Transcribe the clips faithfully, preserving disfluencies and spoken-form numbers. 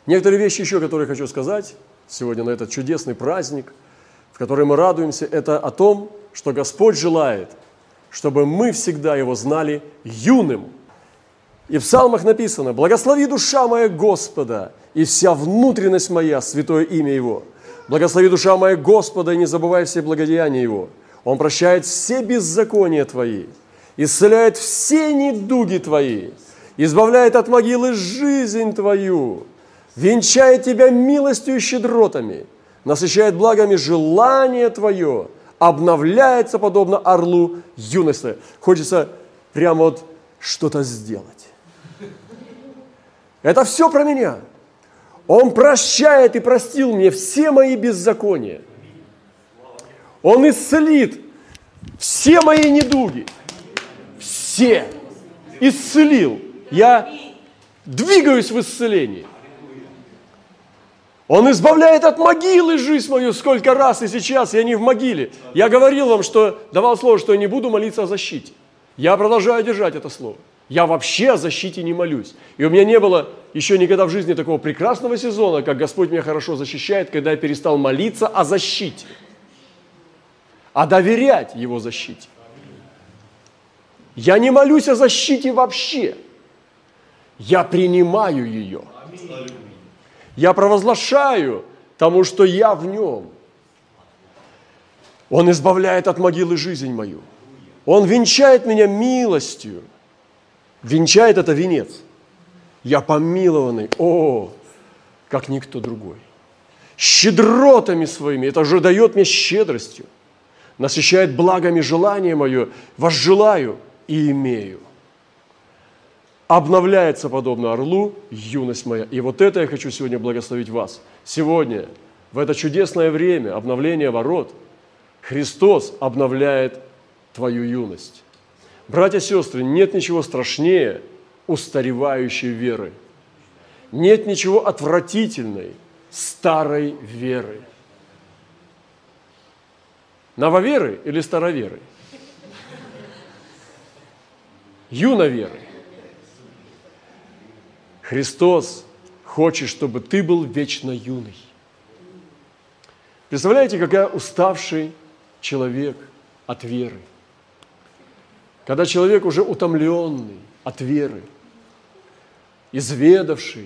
Некоторые вещи еще, которые хочу сказать сегодня на этот чудесный праздник, в который мы радуемся, это о том, что Господь желает, чтобы мы всегда Его знали юным. И в псалмах написано: «Благослови душа моя Господа, и вся внутренность моя, святое имя Его. Благослови душа моя Господа, и не забывай все благодеяния Его. Он прощает все беззакония твои, исцеляет все недуги твои, избавляет от могилы жизнь твою, венчает тебя милостью и щедротами, насыщает благами желание твое, обновляется подобно орлу юности». Хочется прямо вот что-то сделать. Это все про меня. Он прощает и простил мне все мои беззакония. Он исцелит все мои недуги. Все. Исцелил. Я двигаюсь в исцелении. Он избавляет от могилы жизнь мою сколько раз, и сейчас я не в могиле. Я говорил вам, что давал слово, что я не буду молиться о защите. Я продолжаю держать это слово. Я вообще о защите не молюсь. И у меня не было еще никогда в жизни такого прекрасного сезона, как Господь меня хорошо защищает, когда я перестал молиться о защите, а доверять Его защите. Я не молюсь о защите вообще. Я принимаю ее. Я провозглашаю тому, что я в Нем. Он избавляет от могилы жизнь мою. Он венчает меня милостью. Венчает – это венец. Я помилованный, о, как никто другой. Щедротами своими, это уже дает мне щедростью. Насыщает благами желание мое, возжелаю и имею. Обновляется подобно орлу юность моя. И вот это я хочу сегодня благословить вас. Сегодня, в это чудесное время обновления ворот, Христос обновляет твою юность. Братья и сестры, нет ничего страшнее устаревающей веры. Нет ничего отвратительной старой веры. Нововеры или староверы? Юноверы. Христос хочет, чтобы ты был вечно юный. Представляете, какая уставший человек от веры. Когда человек уже утомленный от веры, изведавший,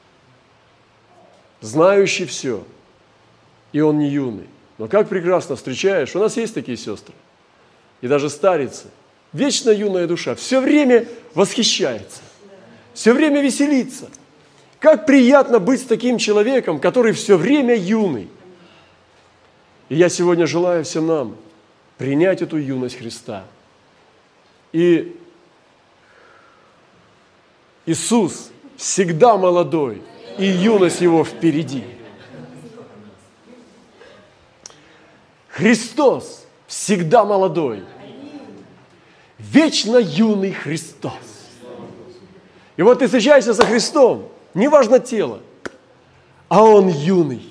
знающий все, и он не юный. Но как прекрасно встречаешь, у нас есть такие сестры, и даже старицы, вечно юная душа, все время восхищается, все время веселится. Как приятно быть с таким человеком, который все время юный. И я сегодня желаю всем нам принять эту юность Христа. И Иисус всегда молодой, и юность Его впереди. Христос всегда молодой, вечно юный Христос. И вот ты встречаешься со Христом, неважно тело, а Он юный,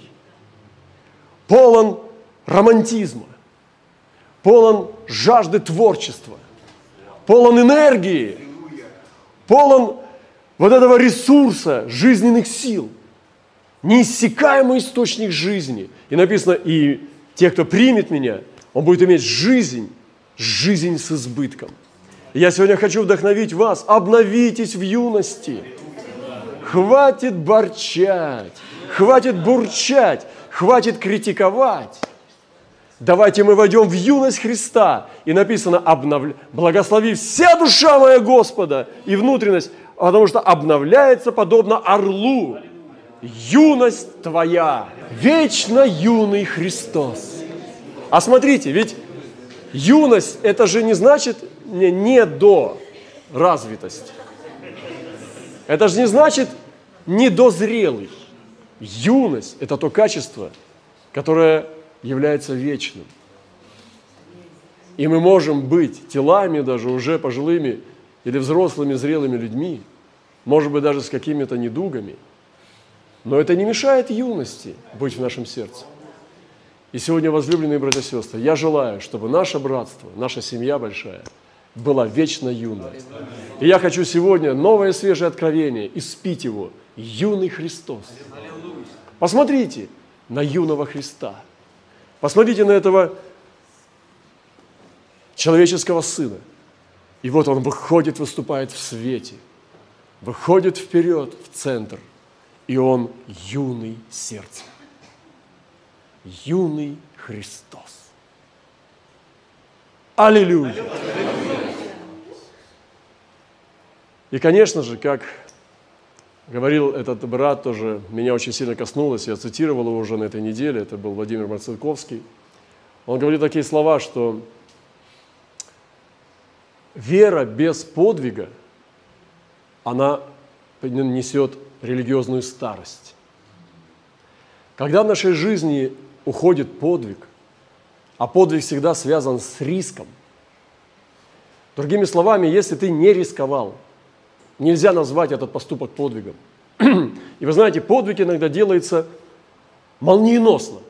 полон романтизма, полон жажды творчества, полон энергии, полон вот этого ресурса, жизненных сил, неиссякаемый источник жизни. И написано, и те, кто примет меня, он будет иметь жизнь, жизнь с избытком. И я сегодня хочу вдохновить вас, обновитесь в юности. Хватит борчать, хватит бурчать, хватит критиковать. Давайте мы войдем в юность Христа. И написано, обновля... благослови вся душа моя Господа и внутренность, потому что обновляется подобно орлу. Юность твоя, вечно юный Христос. А смотрите, ведь юность, это же не значит не, не до развитости. Это же не значит недозрелый. Юность – это то качество, которое является вечным. И мы можем быть телами даже уже пожилыми или взрослыми, зрелыми людьми, может быть, даже с какими-то недугами, но это не мешает юности быть в нашем сердце. И сегодня, возлюбленные братья и сестры, я желаю, чтобы наше братство, наша семья большая была вечно юной. И я хочу сегодня новое свежее откровение, испить его, юный Христос. Посмотрите на юного Христа. Посмотрите на этого человеческого Сына. И вот Он выходит, выступает в свете, выходит вперед, в центр, и Он юный сердцем. Юный Христос. Аллилуйя! И, конечно же, как говорил этот брат, тоже меня очень сильно коснулось, я цитировал его уже на этой неделе, это был Владимир Марцинковский. Он говорит такие слова, что вера без подвига, она несет религиозную старость. Когда в нашей жизни уходит подвиг, а подвиг всегда связан с риском, другими словами, если ты не рисковал, нельзя назвать этот поступок подвигом. И вы знаете, подвиг иногда делается молниеносно.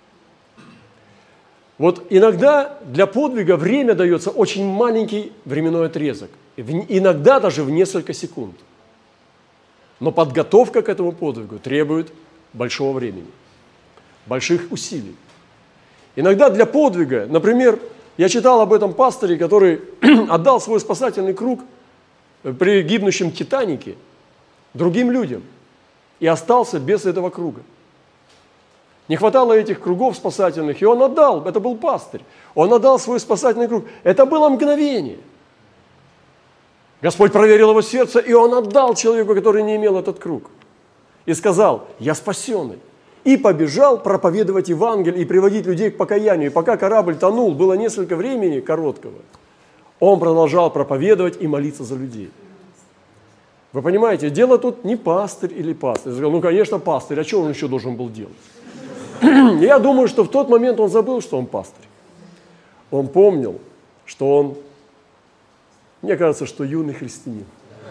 Вот иногда для подвига время дается очень маленький временной отрезок, иногда даже в несколько секунд. Но подготовка к этому подвигу требует большого времени, больших усилий. Иногда для подвига, например, я читал об этом пасторе, который отдал свой спасательный круг при гибнущем Титанике другим людям и остался без этого круга. Не хватало этих кругов спасательных, и он отдал, это был пастырь, он отдал свой спасательный круг. Это было мгновение. Господь проверил его сердце, и он отдал человеку, который не имел этот круг. И сказал: я спасенный. И побежал проповедовать Евангелие и приводить людей к покаянию. И пока корабль тонул, было несколько времени короткого, он продолжал проповедовать и молиться за людей. Вы понимаете, дело тут не пастырь или пастырь. Я сказал: ну, конечно, пастырь, а что он еще должен был делать? Я думаю, что в тот момент он забыл, что он пастырь. Он помнил, что он, мне кажется, что юный христианин.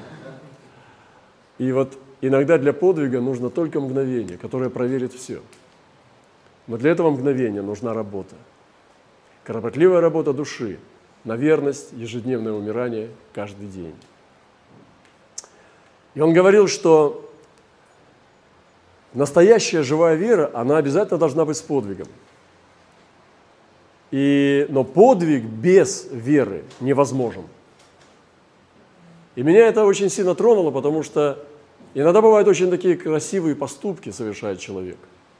И вот иногда для подвига нужно только мгновение, которое проверит все. Но для этого мгновения нужна работа. Кропотливая работа души на верность, ежедневное умирание каждый день. И он говорил, что настоящая живая вера, она обязательно должна быть с подвигом. И, но подвиг без веры невозможен. И меня это очень сильно тронуло, потому что иногда бывают очень такие красивые поступки совершает человек.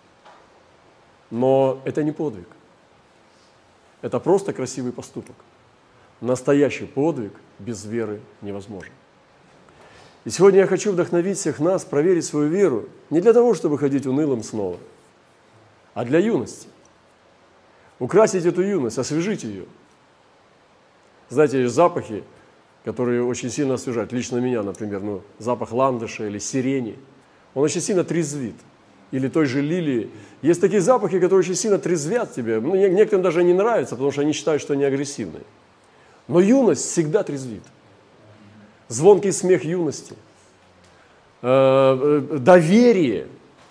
Но это не подвиг. Это просто красивый поступок. Настоящий подвиг без веры невозможен. И сегодня я хочу вдохновить всех нас проверить свою веру не для того, чтобы ходить унылым снова, а для юности. Украсить эту юность, освежить ее. Знаете, есть запахи, которые очень сильно освежают. Лично меня, например, ну, запах ландыша или сирени. Он очень сильно трезвит. Или той же лилии. Есть такие запахи, которые очень сильно трезвят тебя. Ну, некоторым даже не нравятся, потому что они считают, что они агрессивные. Но юность всегда трезвит. Звонкий смех юности, э, доверие,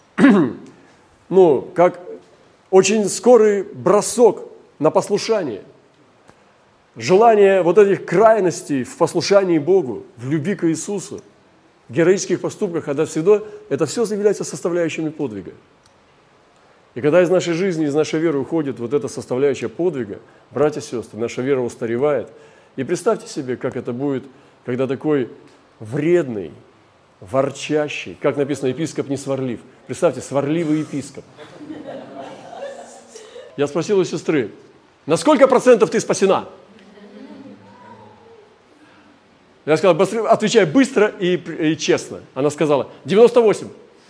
ну, как очень скорый бросок на послушание, желание вот этих крайностей в послушании Богу, в любви к Иисусу, в героических поступках, это, всегда, это все является составляющими подвига. И когда из нашей жизни, из нашей веры уходит вот эта составляющая подвига, братья и сестры, наша вера устаревает. И представьте себе, как это будет, когда такой вредный, ворчащий, как написано, епископ не сварлив. Представьте, сварливый епископ. Я спросил у сестры: на сколько процентов ты спасена? Я сказал: отвечай быстро и, и честно. Она сказала: девяносто восемь.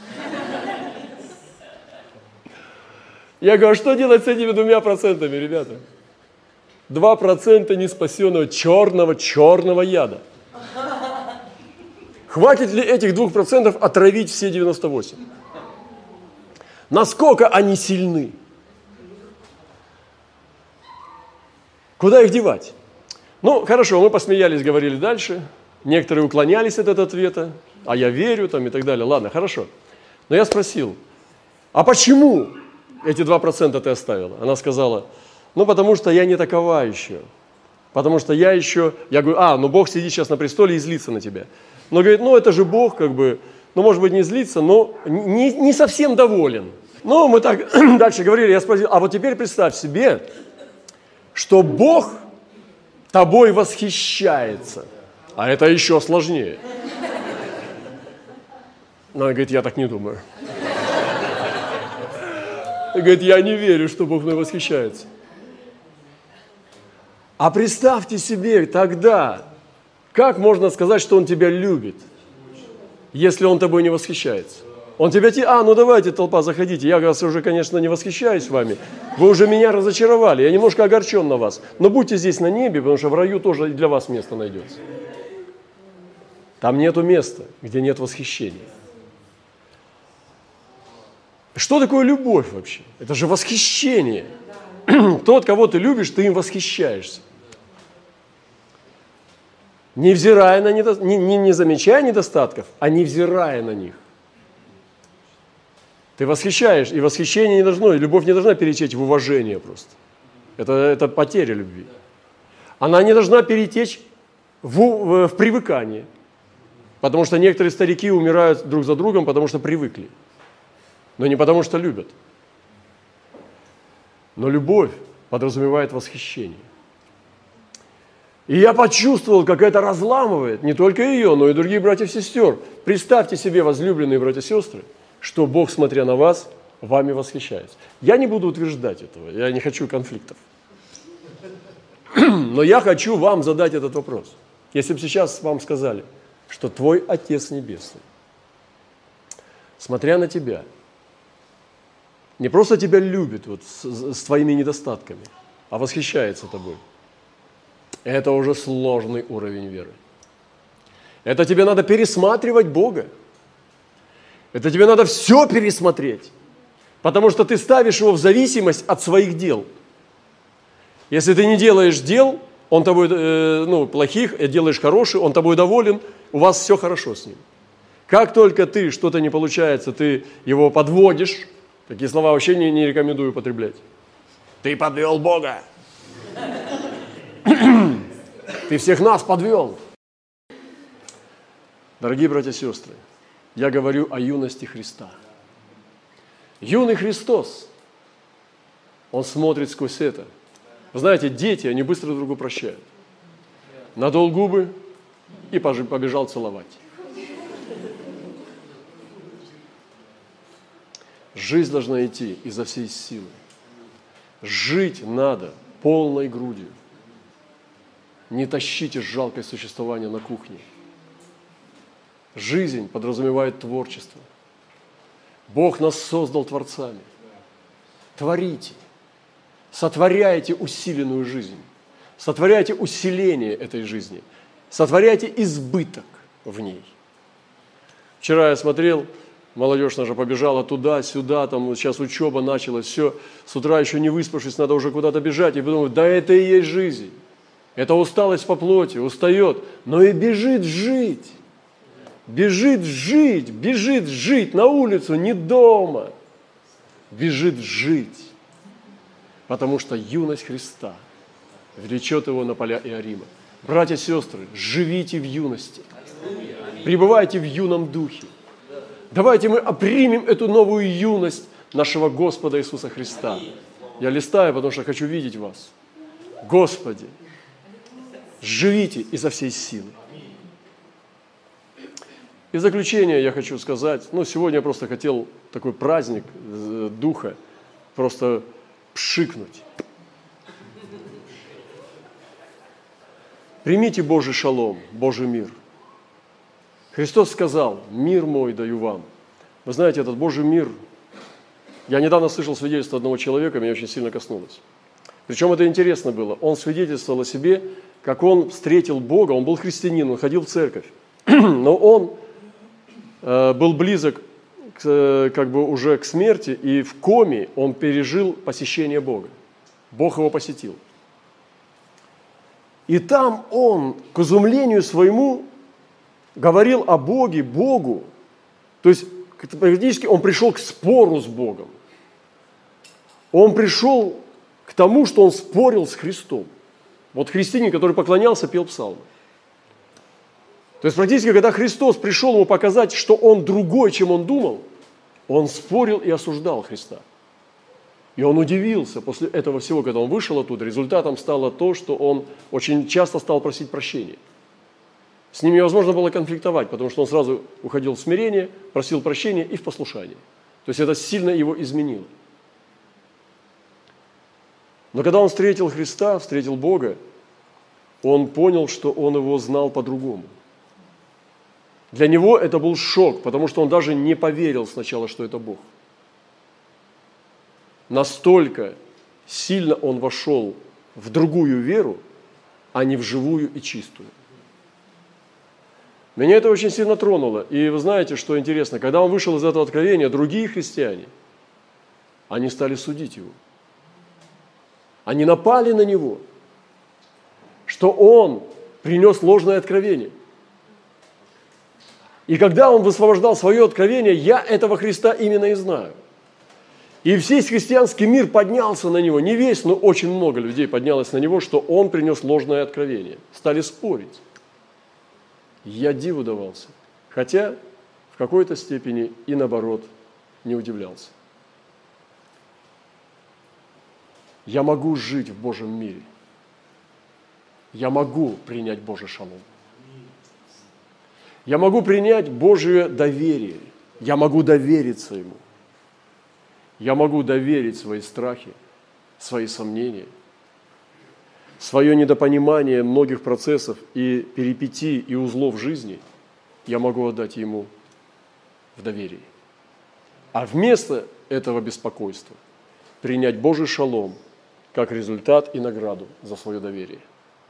Я говорю: что делать с этими двумя процентами, ребята? Два процента неспасенного черного, черного яда. Хватит ли этих двух процентов отравить все девяносто восемь? Насколько они сильны? Куда их девать? Ну, хорошо, мы посмеялись, говорили дальше. Некоторые уклонялись от этого ответа. А я верю, там, и так далее. Ладно, хорошо. Но я спросил: а почему эти два процента ты оставила? Она сказала: ну, потому что я не такова еще. Потому что я еще... Я говорю: а, ну Бог сидит сейчас на престоле и злится на тебя. Но говорит: ну, это же Бог, как бы, ну, может быть, не злится, но не, не совсем доволен. Ну, мы так дальше говорили, я спросил, а вот теперь представь себе, что Бог тобой восхищается, а это еще сложнее. Но она говорит, я так не думаю. Говорит, я не верю, что Бог мной восхищается. А представьте себе тогда, как можно сказать, что Он тебя любит, если Он тобой не восхищается? Он тебя, а, ну давайте, толпа, заходите, я вас уже, конечно, не восхищаюсь вами, вы уже меня разочаровали, я немножко огорчен на вас, но будьте здесь на небе, потому что в раю тоже и для вас место найдется. Там нету места, где нет восхищения. Что такое любовь вообще? Это же восхищение. Тот, кого ты любишь, ты им восхищаешься. Невзирая на недо... не, не, не замечая недостатков, а невзирая на них. Ты восхищаешь, и восхищение не должно, и любовь не должна перетечь в уважение просто. Это, это потеря любви. Она не должна перетечь в, в, в привыкание. Потому что некоторые старики умирают друг за другом, потому что привыкли. Но не потому что любят. Но любовь подразумевает восхищение. И я почувствовал, как это разламывает не только ее, но и других братьев и сестер. Представьте себе, возлюбленные братья и сестры, что Бог, смотря на вас, вами восхищается. Я не буду утверждать этого, я не хочу конфликтов. Но я хочу вам задать этот вопрос. Если бы сейчас вам сказали, что твой Отец Небесный, смотря на тебя, не просто тебя любит вот, с, с твоими недостатками, а восхищается тобой. Это уже сложный уровень веры. Это тебе надо пересматривать Бога. Это тебе надо все пересмотреть, потому что ты ставишь Его в зависимость от своих дел. Если ты не делаешь дел, Он тобой, э, ну, плохих, делаешь хорошие, Он тобой доволен, у вас все хорошо с Ним. Как только ты, что-то не получается, ты Его подводишь, такие слова вообще не, не рекомендую употреблять. Ты подвел Бога. Ты всех нас подвел. Дорогие братья и сестры, я говорю о юности Христа. Юный Христос, Он смотрит сквозь это. Вы знаете, дети, они быстро друг друга прощают. Надул губы и побежал целовать. Жизнь должна идти изо всей силы. Жить надо полной грудью. Не тащите жалкое существование на кухне. Жизнь подразумевает творчество. Бог нас создал творцами. Творите. Сотворяйте усиленную жизнь. Сотворяйте усиление этой жизни. Сотворяйте избыток в ней. Вчера я смотрел, молодежь наша побежала туда-сюда, там сейчас учеба началась, все, с утра еще не выспавшись, надо уже куда-то бежать, и думают, да это и есть жизнь. Это усталость по плоти, устает, но и бежит жить. Бежит жить, бежит жить на улицу, не дома. Бежит жить. Потому что юность Христа влечет его на поля Иорима. Братья и сестры, живите в юности. Пребывайте в юном духе. Давайте мы примем эту новую юность нашего Господа Иисуса Христа. Я листаю, потому что хочу видеть вас. Господи, живите изо всей силы. И в заключение я хочу сказать, ну, сегодня я просто хотел такой праздник Духа просто пшикнуть. Примите Божий шалом, Божий мир. Христос сказал, мир мой даю вам. Вы знаете, этот Божий мир, я недавно слышал свидетельство одного человека, меня очень сильно коснулось. Причем это интересно было. Он свидетельствовал о себе, как он встретил Бога, он был христианин, он ходил в церковь, но он э, был близок к, как бы уже к смерти, и в коме он пережил посещение Бога. Бог его посетил. И там он, к изумлению своему, говорил о Боге, Богу. То есть, практически он пришел к спору с Богом. Он пришел к тому, что он спорил с Христом. Вот христианин, который поклонялся, пел псалмы. То есть практически, когда Христос пришел ему показать, что он другой, чем он думал, он спорил и осуждал Христа. И он удивился после этого всего, когда он вышел оттуда. Результатом стало то, что он очень часто стал просить прощения. С ним невозможно было конфликтовать, потому что он сразу уходил в смирение, просил прощения и в послушание. То есть это сильно его изменило. Но когда он встретил Христа, встретил Бога, он понял, что он его знал по-другому. Для него это был шок, потому что он даже не поверил сначала, что это Бог. Настолько сильно он вошел в другую веру, а не в живую и чистую. Меня это очень сильно тронуло. И вы знаете, что интересно, когда он вышел из этого откровения, другие христиане, они стали судить его. Они напали на него, что он принес ложное откровение. И когда он высвобождал свое откровение, я этого Христа именно и знаю. И весь христианский мир поднялся на него. Не весь, но очень много людей поднялось на него, что он принес ложное откровение. Стали спорить. Я диву давался. Хотя в какой-то степени и наоборот не удивлялся. Я могу жить в Божьем мире. Я могу принять Божий шалом. Я могу принять Божье доверие. Я могу довериться Ему. Я могу доверить свои страхи, свои сомнения, свое недопонимание многих процессов и перипетий и узлов жизни. Я могу отдать Ему в доверии. А вместо этого беспокойства принять Божий шалом как результат и награду за свое доверие.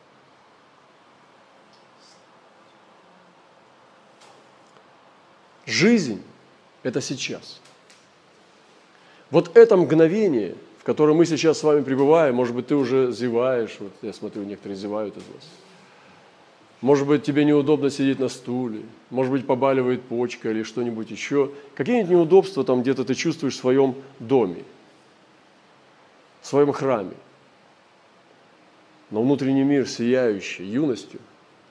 Жизнь – это сейчас. Вот это мгновение, в котором мы сейчас с вами пребываем, может быть, ты уже зеваешь, вот я смотрю, некоторые зевают из вас. Может быть, тебе неудобно сидеть на стуле, может быть, побаливает почка или что-нибудь еще. Какие-нибудь неудобства там где-то ты чувствуешь в своем доме, в своем храме. Но внутренний мир, сияющий юностью,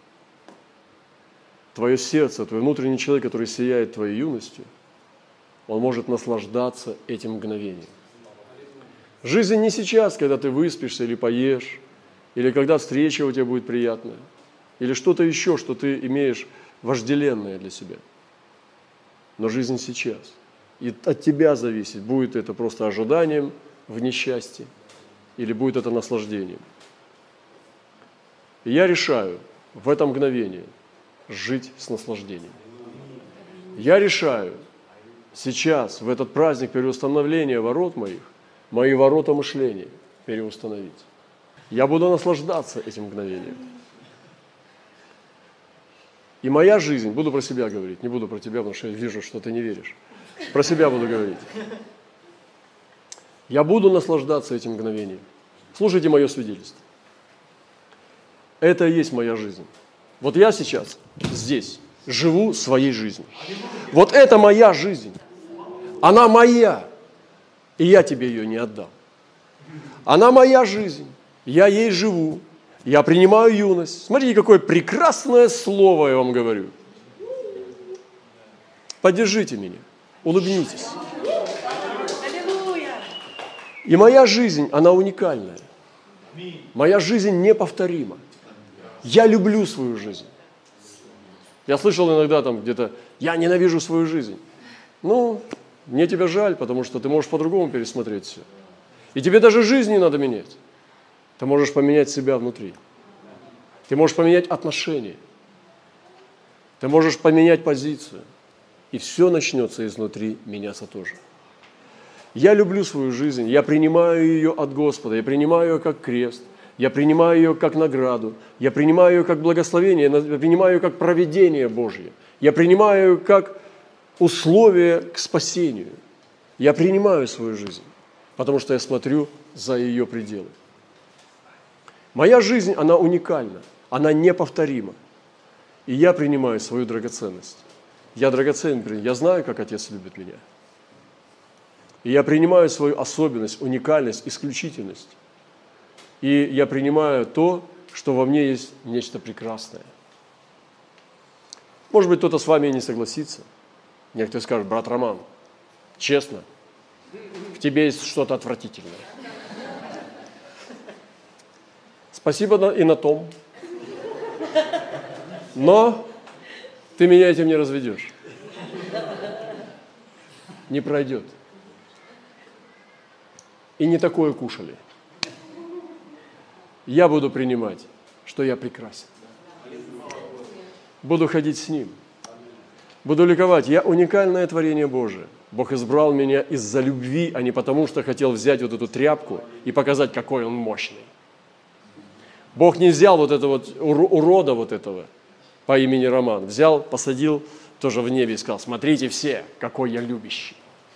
твое сердце, твой внутренний человек, который сияет твоей юностью, он может наслаждаться этим мгновением. Жизнь не сейчас, когда ты выспишься или поешь, или когда встреча у тебя будет приятная, или что-то еще, что ты имеешь вожделенное для себя. Но жизнь сейчас. И от тебя зависит, будет это просто ожиданием в несчастье, или будет это наслаждением. И я решаю в это мгновение жить с наслаждением. Я решаю сейчас, в этот праздник переустановления ворот моих, мои ворота мышления переустановить. Я буду наслаждаться этим мгновением. И моя жизнь, буду про себя говорить, не буду про тебя, потому что я вижу, что ты не веришь. Про себя буду говорить. Я буду наслаждаться этим мгновением. Слушайте мое свидетельство. Это и есть моя жизнь. Вот я сейчас здесь живу своей жизнью. Вот это моя жизнь. Она моя. И я тебе ее не отдам. Она моя жизнь. Я ей живу. Я принимаю юность. Смотрите, какое прекрасное слово я вам говорю. Поддержите меня. Улыбнитесь. И моя жизнь, она уникальная. Моя жизнь неповторима. Я люблю свою жизнь. Я слышал иногда там где-то, я ненавижу свою жизнь. Ну, мне тебя жаль, потому что ты можешь по-другому пересмотреть все. И тебе даже жизнь не надо менять. Ты можешь поменять себя внутри. Ты можешь поменять отношения. Ты можешь поменять позицию. И все начнется изнутри меняться тоже. Я люблю свою жизнь, я принимаю ее от Господа, я принимаю ее как крест. Я принимаю ее как награду, я принимаю ее как благословение, я принимаю ее как провидение Божье, я принимаю ее как условие к спасению. Я принимаю свою жизнь, потому что я смотрю за ее пределы. Моя жизнь, она уникальна, она неповторима. И я принимаю свою драгоценность. Я драгоценен, я знаю, как Отец любит меня. И я принимаю свою особенность, уникальность, исключительность. И я принимаю то, что во мне есть нечто прекрасное. Может быть, кто-то с вами и не согласится. Некоторые скажут: брат Роман, честно, в тебе есть что-то отвратительное. Спасибо и на том. Но ты меня этим не разведешь. Не пройдет. И не такое кушали. Я буду принимать, что я прекрасен. Буду ходить с Ним. Буду ликовать. Я уникальное творение Божие. Бог избрал меня из-за любви, а не потому, что хотел взять вот эту тряпку и показать, какой Он мощный. Бог не взял вот этого вот урода вот этого по имени Роман. Взял, посадил тоже в небе и сказал: смотрите все, какой я любящий.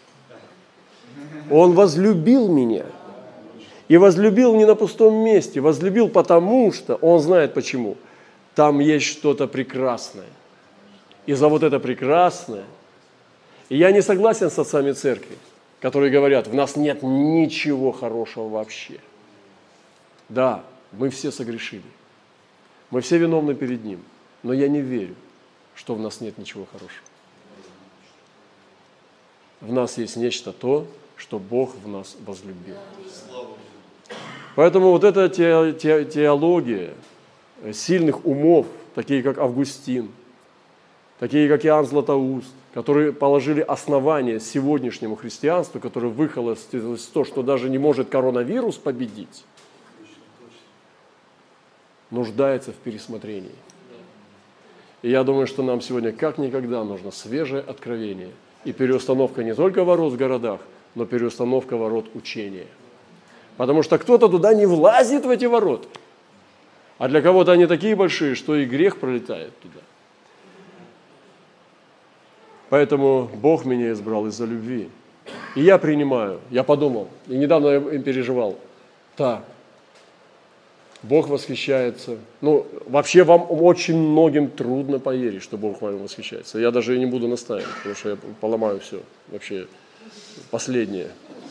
Он возлюбил меня. И возлюбил не на пустом месте. Возлюбил потому, что Он знает почему. Там есть что-то прекрасное. И за вот это прекрасное. И я не согласен с отцами церкви, которые говорят: в нас нет ничего хорошего вообще. Да, мы все согрешили. Мы все виновны перед Ним. Но я не верю, что в нас нет ничего хорошего. В нас есть нечто то, что Бог в нас возлюбил. Поэтому вот эта теология сильных умов, такие как Августин, такие как Иоанн Златоуст, которые положили основание сегодняшнему христианству, которое выхолостилось то, что даже не может коронавирус победить, нуждается в пересмотрении. И я думаю, что нам сегодня как никогда нужно свежее откровение и переустановка не только ворот в городах, но переустановка ворот учения. Потому что кто-то туда не влазит, в эти ворота. А для кого-то они такие большие, что и грех пролетает туда. Поэтому Бог меня избрал из-за любви. И я принимаю, я подумал, и недавно я им переживал. Так, Бог восхищается. Ну, вообще вам очень многим трудно поверить, что Бог вами восхищается. Я даже и не буду настаивать, потому что я поломаю все. Вообще последнее.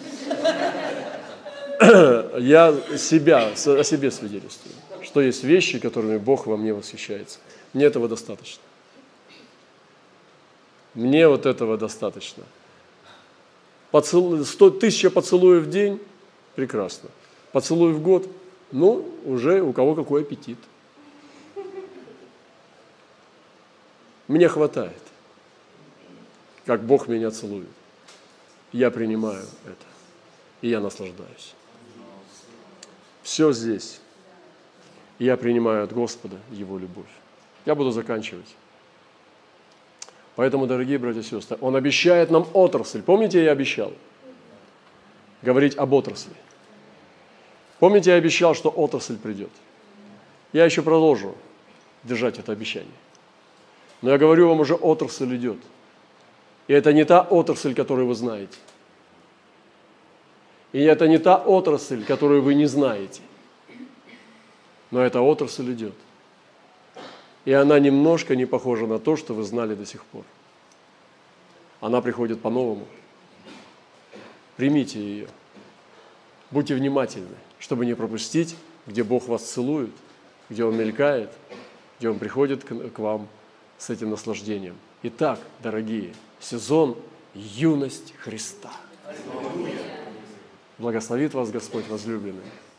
Я себя, о себе свидетельствую, что есть вещи, которыми Бог во мне восхищается. Мне этого достаточно. Мне вот этого достаточно. Поцелуй, сто, тысяча поцелуев в день – прекрасно. Поцелуй в год – ну, уже у кого какой аппетит. Мне хватает, как Бог меня целует. Я принимаю это, и я наслаждаюсь. Все здесь. Я принимаю от Господа Его любовь. Я буду заканчивать. Поэтому, дорогие братья и сестры, Он обещает нам отрасль. Помните, я обещал говорить об отрасли? Помните, я обещал, что отрасль придет? Я еще продолжу держать это обещание. Но я говорю вам, уже отрасль идет. И это не та отрасль, которую вы знаете. И это не та отрасль, которую вы не знаете. Но эта отрасль идет. И она немножко не похожа на то, что вы знали до сих пор. Она приходит по-новому. Примите ее. Будьте внимательны, чтобы не пропустить, где Бог вас целует, где Он мелькает, где Он приходит к вам с этим наслаждением. Итак, дорогие, сезон юность Христа. Благословит вас Господь возлюбленный.